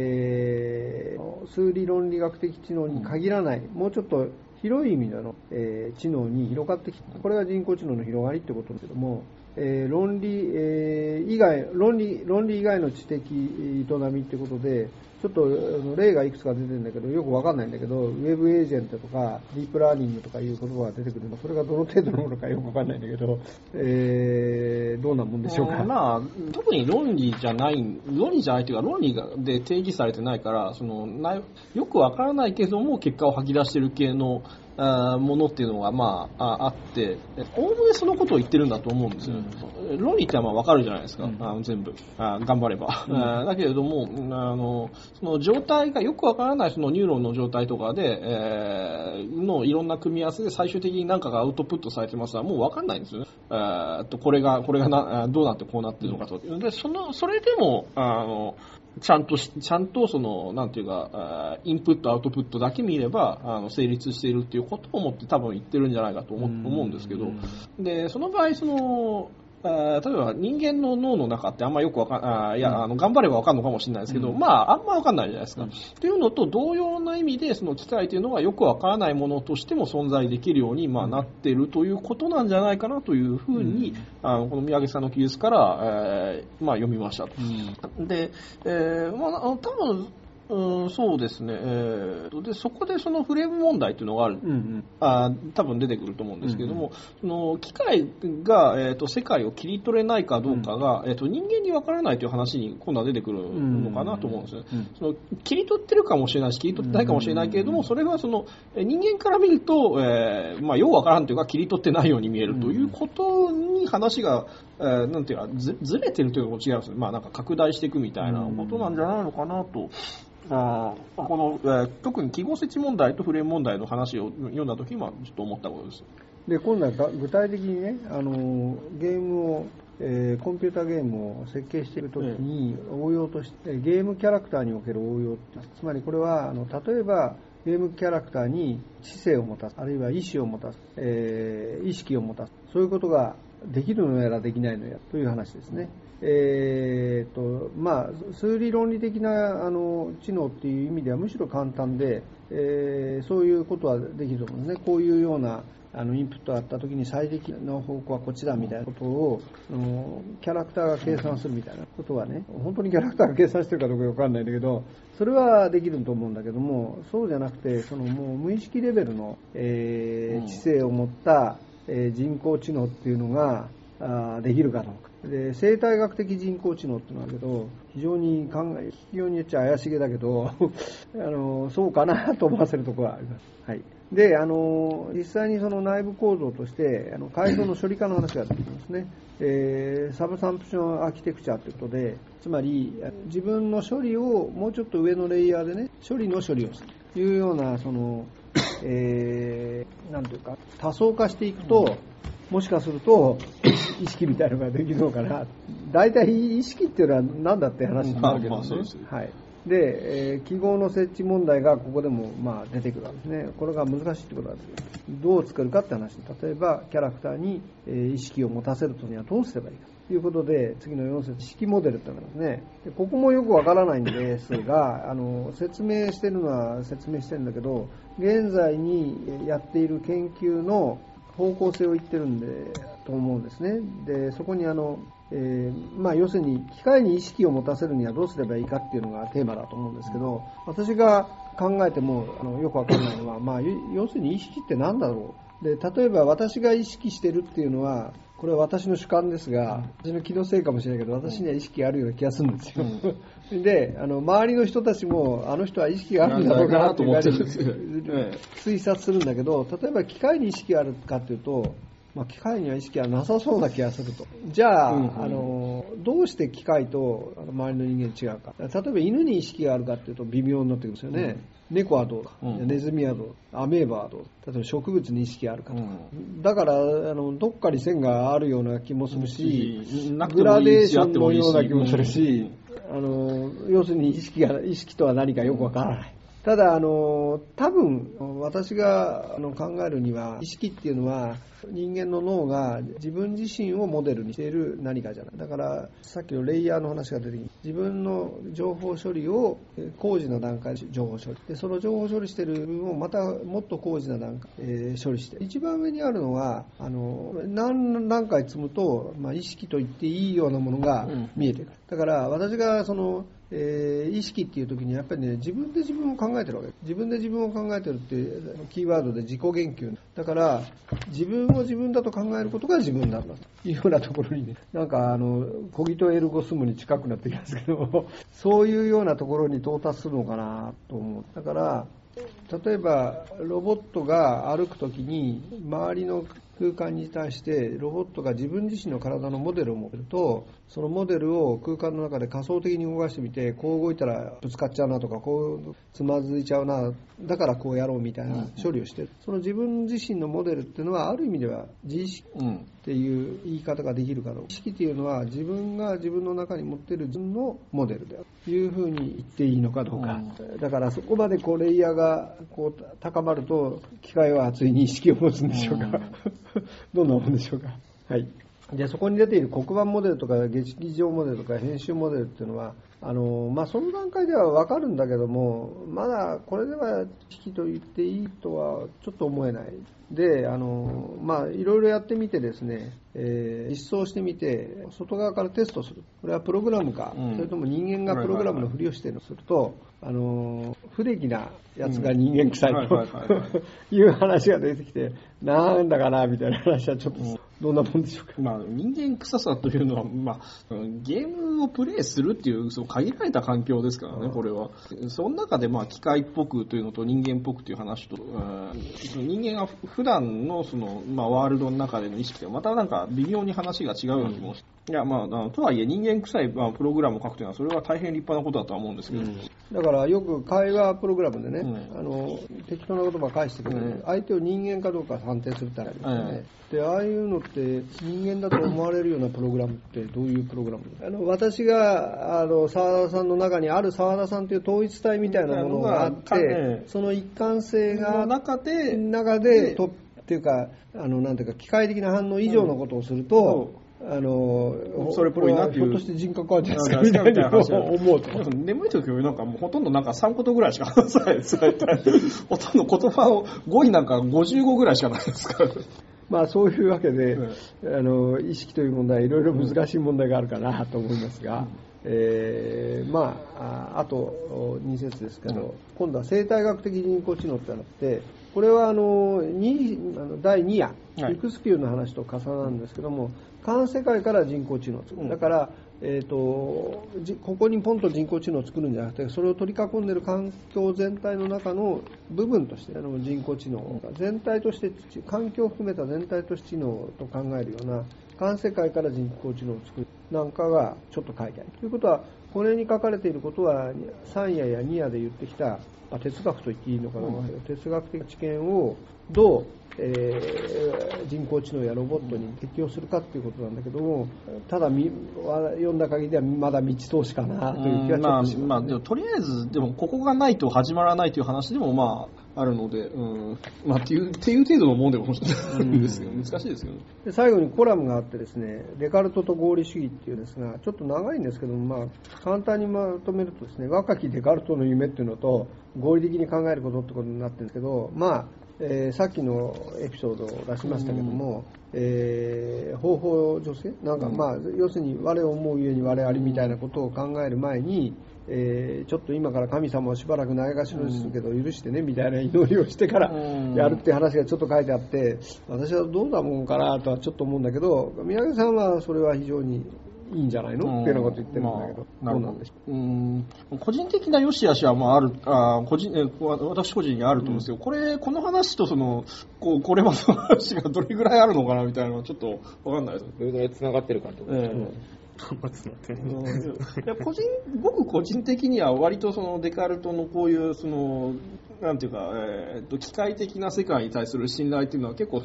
数理論理学的知能に限らない、もうちょっと広い意味での知能に広がってきた。これが人工知能の広がりってことですけども、論理以外の知的営みってことでちょっと例がいくつか出てるんだけどよくわかんないんだけど、ウェブエージェントとかディープラーニングとかいう言葉が出てくるの、それがどの程度のものかよくわかんないんだけど、どうなもんでしょうか。 特に論理じゃないというか、論理で定義されてないから、よくわからないけども結果を吐き出してる系のものっていうのがあって、おおむねそのことを言ってるんだと思うんですよ。論理ってわかるじゃないですか、全部頑張れば、だけれどもその状態がよくわからない、そのニューロンの状態とかで、のいろんな組み合わせで最終的に何かがアウトプットされてますがもうわかんないんですよね。これがどうなってこうなってるのかと。でそれでもちゃんとなんていうか、インプットアウトプットだけ見れば成立しているっていうことを思って多分言ってるんじゃないかと思うんですけど、でその場合例えば人間の脳の中ってあんまよく頑張ればわかるのかもしれないですけど、あんまわかんないじゃないですか。っていうのと同様な意味で、その機械というのはよくわからないものとしても存在できるようになっているということなんじゃないかなというふうに、この宮家さんの記述から、読みましたと。で、多分そうですね、でそこでそのフレーム問題というのがある、多分出てくると思うんですけれども、その機械が、世界を切り取れないかどうかが、人間にわからないという話に今度は出てくるのかなと思うんですね。その切り取ってるかもしれないし切り取ってないかもしれないけれども、それはその人間から見ると、ようわからんというか切り取ってないように見えるということに話が、なんていうかずれてるというか違いますね。なんか拡大していくみたいなことなんじゃないのかなと。この、特に記号設置問題とフレーム問題の話を読んだときにちょっと思ったことです。 で今度は具体的にね、ゲームを、コンピューターゲームを設計しているときに応用としてゲームキャラクターにおける応用、つまりこれは例えばゲームキャラクターに知性を持たす、あるいは意思を持たす、意識を持たす、そういうことができるのやらできないのやという話ですね。数理論理的な知能っていう意味ではむしろ簡単で、そういうことはできると思うんですね。こういうようなインプットがあったときに最適の方向はこっちだみたいなことをキャラクターが計算するみたいなことはね、本当にキャラクターが計算してるかどうかわかんないんだけど、それはできると思うんだけども、そうじゃなくてもう無意識レベルの、知性を持った、人工知能っていうのができるかどうか。 で生態学的人工知能ってのはあるけど、非常に聞きようによっちゃ怪しげだけどそうかなと思わせるところはあります。はい。で、実際にその内部構造として階層の処理化の話が出てきますね。サブサンプションアーキテクチャということで、つまり自分の処理をもうちょっと上のレイヤーでね、処理の処理をするというような、なんていうか多層化していくと、もしかすると意識みたいなのができるのかな。大体意識っていうのは何だって話になるけどね。はい。で、記号の設置問題がここでも出てくるわけですね。これが難しいってことなんですけど、どう作るかって話。例えばキャラクターに意識を持たせるとにはどうすればいいかということで、次の4節、意識モデルってのがありますね。でここもよくわからないんですが、説明してるのは説明してるんだけど、現在にやっている研究の方向性を言ってるんでと思うんですね。でそこに要するに機械に意識を持たせるにはどうすればいいかっていうのがテーマだと思うんですけど、私が考えてもよくわからないのは、要するに意識って何だろう。で例えば私が意識してるっていうのは、これは私の主観ですが、私の気のせいかもしれないけど、私には意識があるような気がするんですよ。で周りの人たちもあの人は意識があるんだろうなと思って推察するんだけど、例えば機械に意識があるかというと、機械には意識はなさそうな気がすると。じゃあ、どうして機械と周りの人間違うか。例えば犬に意識があるかというと微妙になってくるんですよね。猫はどうか、ネズミはどう、アメーバはどう、例えば植物に意識があるかとか。だからどっかに線があるような気もするし、グラデーションのような気もするし、要するに意識とは何かよくわからない。ただ多分私が考えるには、意識っていうのは人間の脳が自分自身をモデルにしている何かじゃない。だからさっきのレイヤーの話が出てきて、自分の情報処理を高次な段階で情報処理で、その情報処理している部分をまたもっと高次な段階で処理して、一番上にあるのは何段階積むと、意識と言っていいようなものが見えてくる。だから私が意識っていう時にやっぱりね、自分で自分を考えてるわけ。自分で自分を考えてるってキーワードで自己言及だから、自分を自分だと考えることが自分なんだというようなところにね、なんかコギトエルゴスムに近くなってきますけどそういうようなところに到達するのかなと思う。だから例えばロボットが歩くときに周りの空間に対してロボットが自分自身の体のモデルを持っていると、そのモデルを空間の中で仮想的に動かしてみて、こう動いたらぶつかっちゃうなとか、こうつまずいちゃうな、だからこうやろうみたいな処理をしている。その自分自身のモデルっていうのはある意味では自意識っていう言い方ができるかどうか。意識っていうのは自分が自分の中に持っている自分のモデルであるというふうに言っていいのかどうか。だからそこまでレイヤーが高まると、機械はついに意識を持つんでしょうか。どんなもんでしょうか。はい。でそこに出ている黒板モデルとか劇場モデルとか編集モデルっていうのはその段階では分かるんだけども、まだこれでは意識と言っていいとはちょっと思えない。でいろいろやってみてですね、実装してみて外側からテストする。これはプログラムか、それとも人間がプログラムのふりをしているとすると、不出来なやつが人間臭いという話が出てきて、なんだかなみたいな話はちょっとどんなもんでしょうか。 人間臭さというのは、ゲームをプレイするっていう限られた環境ですからね、これは。その中で機械っぽくというのと人間っぽくという話と、人間が普段のワールドの中での意識とまたなんか微妙に話が違うような気もして、いやとはいえ人間臭いプログラムを書くというのはそれは大変立派なことだとは思うんですけど、 だからよく会話プログラムでね、適当な言葉を返してくれる、相手を人間かどうか判定するってありますよね。でああいうのって人間だと思われるようなプログラムってどういうプログラムですか。私が澤田さんの中にある澤田さんという統一体みたいなものがあって、その一貫性が中でっていうかなんていうか機械的な反応以上のことをすると、 それっぽいなっていう、 ひょっとして人格あるんじゃないですかみたいな思うと。 眠い時よりなんかもうほとんどなんか3言ぐらいしか話さないですほとんど言葉を語彙なんか55ぐらいしかないですからそういうわけで、意識という問題、いろいろ難しい問題があるかなと思いますが、 あと2節ですけど、今度は生態学的人工知能ってあって、これは第2夜、ユクスキューの話と重なるんですけども、環世界から人工知能を作る。だから、ここにポンと人工知能を作るんじゃなくて、それを取り囲んでいる環境全体の中の部分として人工知能全体として、環境を含めた全体として知能と考えるような環世界から人工知能を作るなんかがちょっと書いてある。ということは、これに書かれていることは3夜や2夜で言ってきた、哲学と言っていいのかな、哲学的知見をどう人工知能やロボットに適用するかということなんだけども、ただ読んだ限りではまだ未知投資かなという気がちょっとします、ね。 でもとりあえずでもここがないと始まらないという話でもあるので、っていう程度のものでもあるんですよ。難しいですよね。 で最後にコラムがあってですね、デカルトと合理主義っていうんですが、ちょっと長いんですけども、簡単にまとめるとですね、若きデカルトの夢っていうのと合理的に考えることってことになってるんですけど、さっきのエピソードを出しましたけども、方法女性なんか、要するに我を思うゆえに我ありみたいなことを考える前に、ちょっと今から神様をしばらくないがしろにするけど許してねみたいな祈りをしてからやるっていう話がちょっと書いてあって、私はどうなもんかなとはちょっと思うんだけど、宮城さんはそれは非常にいいんじゃないのっていうようなこと言ってるんだけど、どうなんでしょう。 個人的な良し悪しは私個人にあると思うんですけど、この話とこれまでの話がどれぐらいあるのかなみたいなのはちょっと分かんないです。 どれぐらい繋がってるかってことですね。 僕個人的には割とデカルトのこういうなんていうか、機械的な世界に対する信頼というのは結構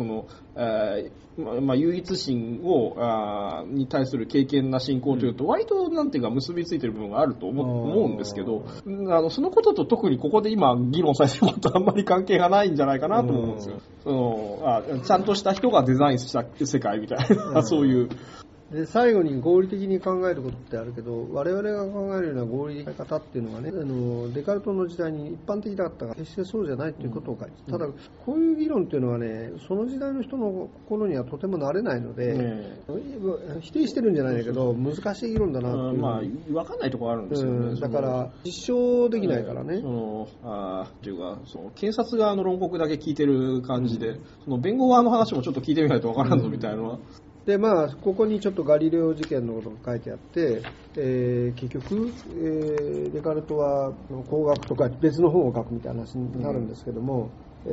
唯一心に対する敬虔な信仰というと割となんていうか結びついている部分があると思うんですけど、そのことと特にここで今議論されていることはあんまり関係がないんじゃないかなと思うんですよ。ちゃんとした人がデザインした世界みたいなそういうで最後に合理的に考えることってあるけど、我々が考えるような合理的な方っていうのがね、デカルトの時代に一般的だったが決してそうじゃないということを書いて、ただこういう議論っていうのはね、その時代の人の心にはとても慣れないので、否定してるんじゃないんだけど難しい議論だなっていう、 分かんないところあるんですよね。 だから実証できないからね。 っていうか検察側の論告だけ聞いてる感じで、弁護側の話もちょっと聞いてみないと分からんぞみたいなのは。 でここにちょっとガリレオ事件のことが書いてあって、結局、デカルトは工学とか別の本を書くみたいな話になるんですけども、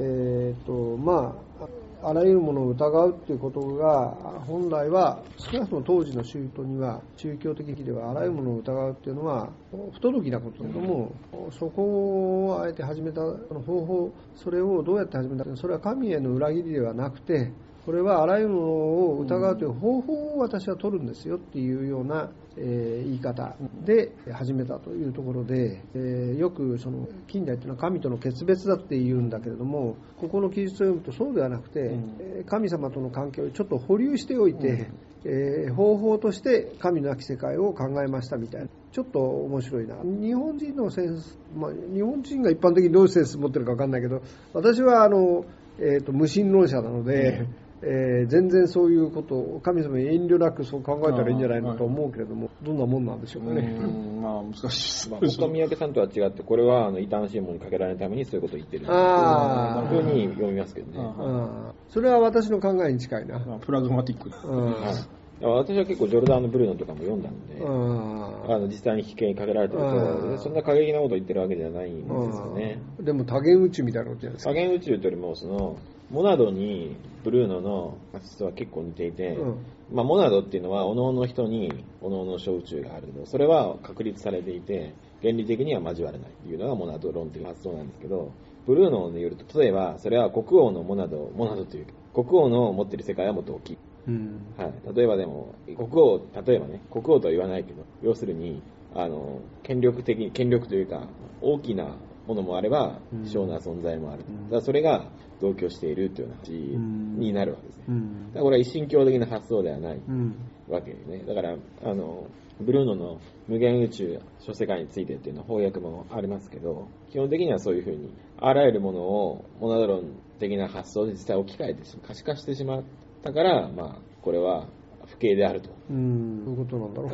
あらゆるものを疑うっていうことが本来は少なくとも当時の宗教には宗教的ではあらゆるものを疑うっていうのは不届きなことだけども、そこをあえて始めた方法、それをどうやって始めたか、それは神への裏切りではなくて、これはあらゆるものを疑うという方法を私は取るんですよっていうような、言い方で始めたというところで、よく近代というのは神との決別だって言うんだけれども、ここの記述を読むとそうではなくて、神様との関係をちょっと保留しておいて、方法として神なき世界を考えましたみたいな、ちょっと面白いな。日本人のセンス、日本人が一般的にどういうセンス持ってるか分かんないけど、私は無神論者なので、全然そういうことを神様に遠慮なくそう考えたらいいんじゃないのと思うけれども、どんなもんなんでしょうかね。 難しいです。 僕と三宅さんとは違って、これは異端審問にかけられるためにそういうことを言ってるふうに読みますけどね。 それは私の考えに近いな。 プラグマティックな。 私は結構ジョルダーノ・ブルーノとかも読んだので、実際に危険にかけられてると、そんな過激なことを言ってるわけじゃないんですよね。 でも多元宇宙みたいなことじゃないですか。 多元宇宙というよりもモナドにブルーノの発想は結構似ていて、モナドっていうのは各々の人に各々の小宇宙があるので、それは確立されていて原理的には交われないというのがモナド論という発想なんですけど、ブルーノによると、例えばそれは国王のモナドという国王の持っている世界はもっと大きい、例えばでも国王とは言わないけど、要するに権力というか大きなものもあれば希少な存在もある、だからそれが同居しているというような話になるわけですね。だからこれは一神教的な発想ではないわけですね。だからブルーノの無限宇宙諸世界についてっていうのは翻訳もありますけど、基本的にはそういうふうにあらゆるものをモナド論的な発想で実際置き換えて可視化してしまったから、これは不敬であると。 そういうことなんだろうか。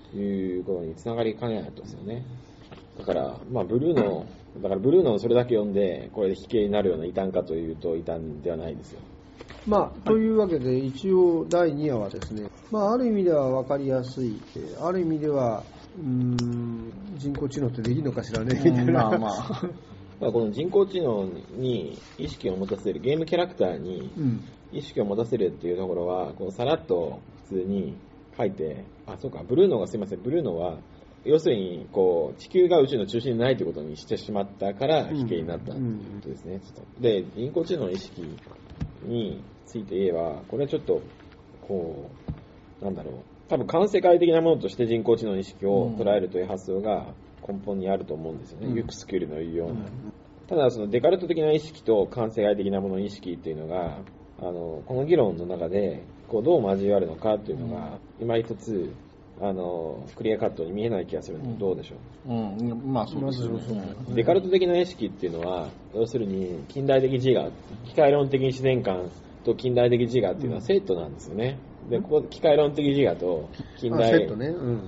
いうことにつながりかねないとですよね。だから、ブルーノをそれだけ読んで、これで引きになるような異端かというと、異端ではないですよ。 というわけで、一応第2話はですね、ある意味では分かりやすい、ある意味では、人工知能ってできるのかしらね、みたいな。 この人工知能に意識を持たせる、ゲームキャラクターに意識を持たせるっていうところは、こうさらっと普通に書いて、そうか、ブルーノは、要するにこう地球が宇宙の中心にないということにしてしまったから引けになったということですね。で、人工知能の意識について言えば、これはちょっとこう多分環世界的なものとして人工知能の意識を捉えるという発想が根本にあると思うんですよね。ユクスキュルの言うような。ただそのデカルト的な意識と環世界的なものの意識っていうのがこの議論の中でこうどう交わるのかっていうのが今一つクリアカットに見えない気がするのでどうでしょう。 そうですね。 デカルト的な意識っていうのは要するに近代的自我、機械論的自然観と近代的自我っていうのはセットなんですよね。でここ機械論的自我と近代的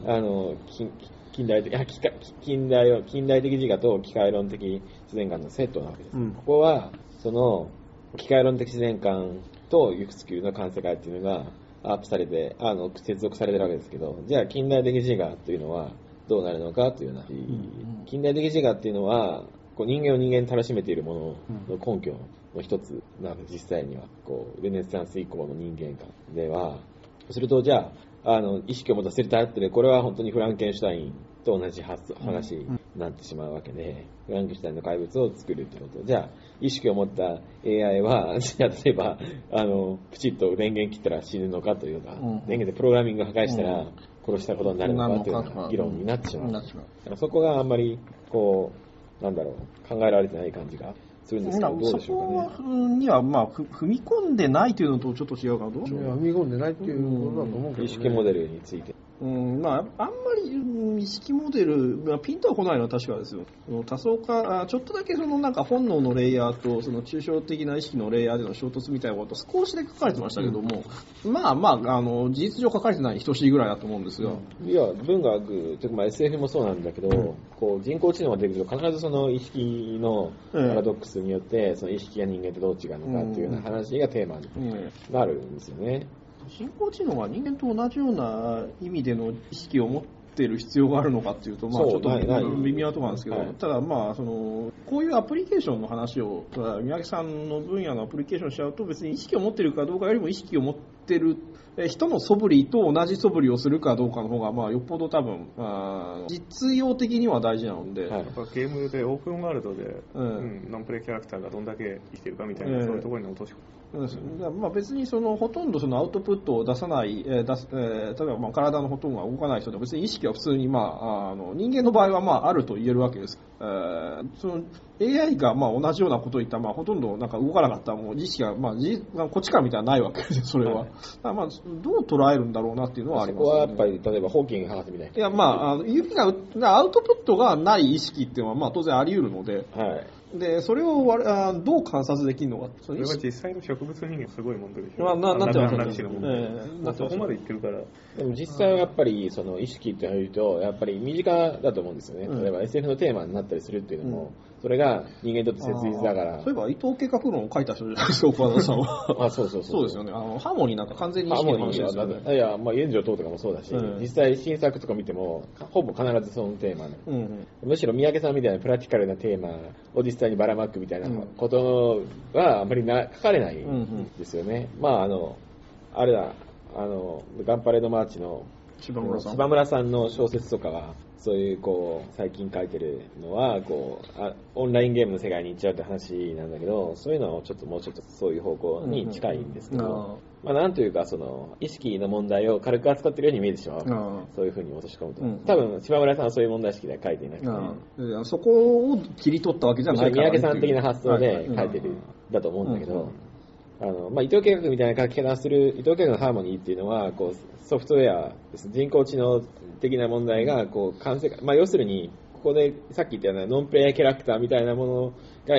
自我と機械論的自然観のセットなわけです。ここはその機械論的自然観とユクスキュルの環世界っていうのがアップされて接続されてるわけですけど、じゃあ近代的自我というのはどうなるのかというような、近代的自我っていうのはこう人間を人間にたらしめているものの根拠の一つなので、実際にはこうルネサンス以降の人間観では、するとじゃあ意識を持たせるタイプで、これは本当にフランケンシュタインと同じ話になってしまうわけで、フランケンシュタインの怪物を作るということ。じゃあ意識を持った AI はじゃあ例えばプチッと電源切ったら死ぬのかというか、電源でプログラミングを破壊したら殺したことになるのかというような議論になってしまう。そこがあんまりこう考えられてない感じがするんですけど、どうでしょうかね。 そこには踏み込んでないというのとちょっと違うかどう。 踏み込んでないっていうことだと思うけど、ね、 意識モデルについて。 あんまり意識モデル、ピンとは来ないのは確かですよ。多層化、ちょっとだけ本能のレイヤーとその抽象的な意識のレイヤーでの衝突みたいなこと少しだけ書かれてましたけども、事実上書かれてないに等しいぐらいだと思うんですが。 いや、文学というかSF もそうなんだけど、こう人工知能が出てくると必ずその意識のパラドックスによって、その意識や人間ってどう違うのかっていうような話がテーマになるんですよね。 人工知能は人間と同じような意味での意識を持っている必要があるのかっていうと、ちょっと微妙なところなんですけど、ただこういうアプリケーションの話を三宅さんの分野のアプリケーションしちゃうと、別に意識を持っているかどうかよりも意識を持っている人の素振りと同じ素振りをするかどうかの方がよっぽど多分実用的には大事なので、 やっぱゲームでオープンワールドで、ノンプレイキャラクターがどんだけ生きてるかみたいな、そういうところに落とし込む。 別にほとんどアウトプットを出さない、例えば体のほとんどが動かない人で別に意識は普通に人間の場合はあると言えるわけです。その AI が同じようなことを言ったらほとんど動かなかったらもう意識がこっちから見たらないわけです。それは、どう捉えるんだろうなっていうのはあります、ね。 そこはやっぱり例えばホーキング博士みたいな。 いや指がアウトプットがない意識っていうのは当然あり得るので。でそれをどう観察できるのか。 それは実際の植物人間すごいもんでるでしょ。 なんてそこまで言ってるから。 でも実際はやっぱりその意識っていうとやっぱり身近だと思うんですよね。例えば SF のテーマになったりするっていうのも、それが人間にとって切実だから。 そういえば伊藤計画論を書いた人じゃないですか、岡田さんは。 そうですよね。ハーモニーなんか完全に意識の話ですよね。 いや、炎上等とかもそうだし、実際新作とか見てもほぼ必ずそのテーマむしろ三宅さんみたいなプラティカルなテーマを実際にばらまくみたいなことはあまり書かれないんですよね。あれだ、ガンパレードマーチの柴村さんの小説とかはそういう最近書いてるのはオンラインゲームの世界に行っちゃうって話なんだけど、そういうのはもうちょっとそういう方向に近いんですけど、なんというかその意識の問題を軽く扱ってるように見えてしまう。そういうふうに落とし込むと、多分柴村さんはそういう問題意識では書いていなくて、 そこを切り取ったわけじゃないから、 三宅さん的な発想で書いてるだと思うんだけど、伊藤計画みたいな書き方をする伊藤計画のハーモニーっていうのはソフトウェアです。人工知能的な問題が要するにここでさっき言ったようなノンプレイヤーキャラクターみたいなものが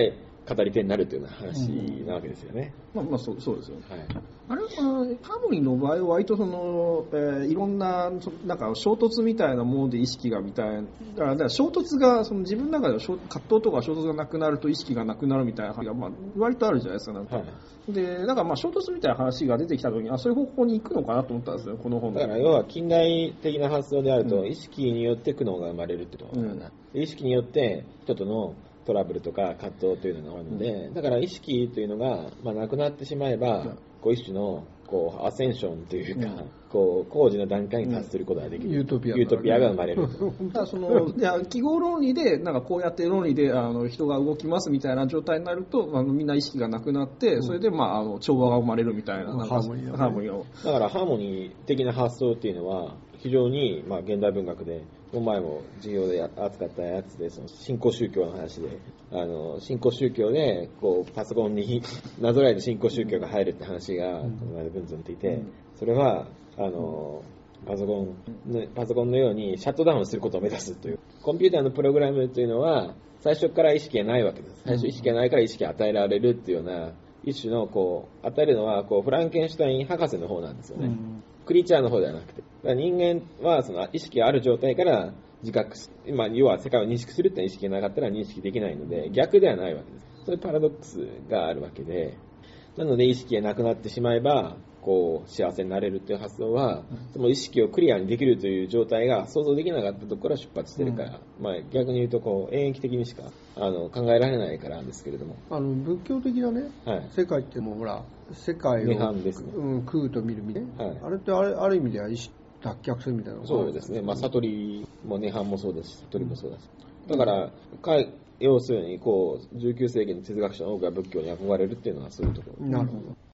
語り手になるというような話なわけですよね。 まあそうですよね。 はい、 あれハーモニーの場合は割といろんななんか衝突みたいなもので意識がみたいな、だから衝突が自分の中で葛藤とか衝突がなくなると意識がなくなるみたいな話が割とあるじゃないですか。なんか、はい、でなんか衝突みたいな話が出てきた時にそういう方向に行くのかなと思ったんですよ、この本で。 だから要は近代的な発想であると、意識によって苦悩が生まれるってことなんだな、意識によって人とのトラブルとか葛藤というのがあるので、だから意識というのが、なくなってしまえば、一種のアセンションというか、工事の段階に達することができる、 ユートピアが生まれる記号論理でなんかこうやって論理で人が動きますみたいな状態になると、みんな意識がなくなって、それで調和が生まれるみたいな、なんかハーモニーを。 だからハーモニー的な発想っていうのは非常に現代文学で前も授業で扱ったやつで、新興宗教の話で、新興宗教でパソコンになぞらえて新興宗教が入るって話がこの前文に出ていて、それはパソコンのようにシャットダウンすることを目指すという、コンピューターのプログラムというのは最初から意識がないわけです。最初意識がないから意識が与えられるっていうような一種の与えるのはフランケンシュタイン博士の方なんですよね。クリーチャーの方ではなくて、人間はその意識がある状態から自覚す、要は世界を認識するって意識がなかったら認識できないので、逆ではないわけです。そういうパラドックスがあるわけで、なので意識がなくなってしまえば幸せになれるっていう発想は、その意識をクリアにできるという状態が想像できなかったところから出発してるから、逆に言うと演疫的にしか考えられないからなんですけれども、 仏教的なね、はい、世界ってもうほら世界を、 ですね、 空と見るみたいな、はい、あれってある意味では意識脱却するみたいな。 そうですね、悟りも涅槃もそうだし、悟りもそうだし、だから要するに19世紀の哲学者の多くが仏教に憧れるっていうのはそういうところ。 なるほど。